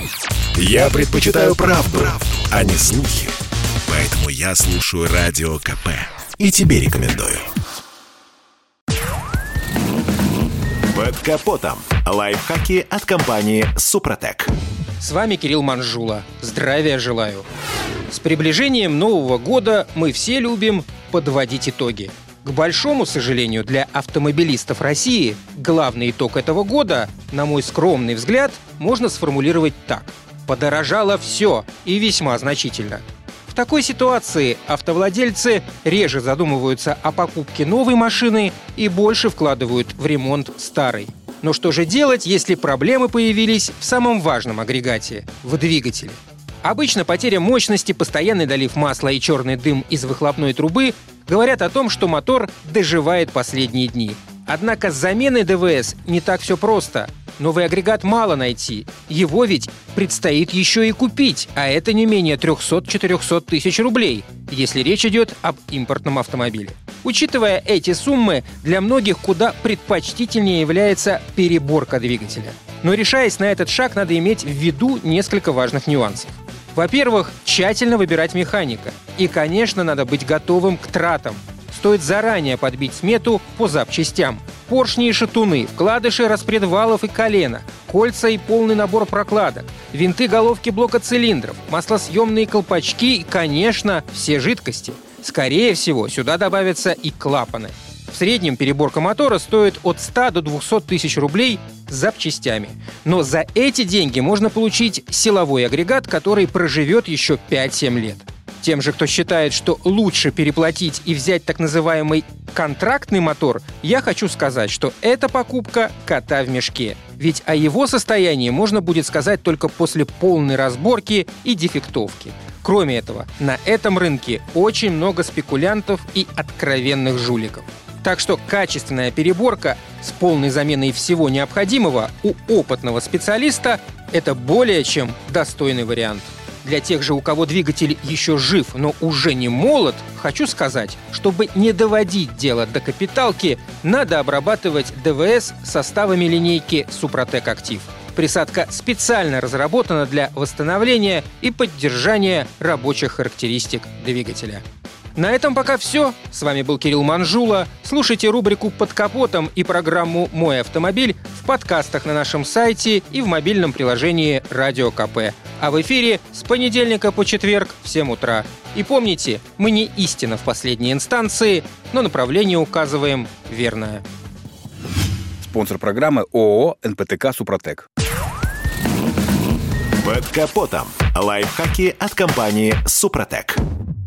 Я предпочитаю правду, а не слухи. Поэтому я слушаю Радио КП. И тебе рекомендую. Под капотом. Лайфхаки от компании «Супротек». С вами Кирилл Манжула. Здравия желаю. С приближением Нового года мы все любим подводить итоги. К большому сожалению для автомобилистов России, главный итог этого года, на мой скромный взгляд, можно сформулировать так. Подорожало все, и весьма значительно. В такой ситуации автовладельцы реже задумываются о покупке новой машины и больше вкладывают в ремонт старой. Но что же делать, если проблемы появились в самом важном агрегате – в двигателе? Обычно потеря мощности, постоянный долив масла и черный дым из выхлопной трубы говорят о том, что мотор доживает последние дни. Однако с заменой ДВС не так все просто. Новый агрегат мало найти. Его ведь предстоит еще и купить, а это не менее 300-400 тысяч рублей, если речь идет об импортном автомобиле. Учитывая эти суммы, для многих куда предпочтительнее является переборка двигателя. Но решаясь на этот шаг, надо иметь в виду несколько важных нюансов. Во-первых, тщательно выбирать механика. И, конечно, надо быть готовым к тратам. Стоит заранее подбить смету по запчастям. Поршни и шатуны, вкладыши распредвалов и колена, кольца и полный набор прокладок, винты головки блока цилиндров, маслосъемные колпачки и, конечно, все жидкости. Скорее всего, сюда добавятся и клапаны. В среднем переборка мотора стоит от 100 до 200 тысяч рублей с запчастями. Но за эти деньги можно получить силовой агрегат, который проживет еще 5-7 лет. Тем же, кто считает, что лучше переплатить и взять так называемый контрактный мотор, я хочу сказать, что эта покупка кота в мешке. Ведь о его состоянии можно будет сказать только после полной разборки и дефектовки. Кроме этого, на этом рынке очень много спекулянтов и откровенных жуликов. Так что качественная переборка с полной заменой всего необходимого у опытного специалиста – это более чем достойный вариант. Для тех же, у кого двигатель еще жив, но уже не молод, хочу сказать, чтобы не доводить дело до капиталки, надо обрабатывать ДВС составами линейки «Супротек Актив». Присадка специально разработана для восстановления и поддержания рабочих характеристик двигателя. На этом пока все. С вами был Кирилл Манжула. Слушайте рубрику «Под капотом» и программу «Мой автомобиль» в подкастах на нашем сайте и в мобильном приложении «Радио КП». А в эфире с понедельника по четверг в 7 утра. И помните, мы не истина в последней инстанции, но направление указываем верное. Спонсор программы ООО «НПТК Супротек». Под капотом. Лайфхаки от компании «Супротек».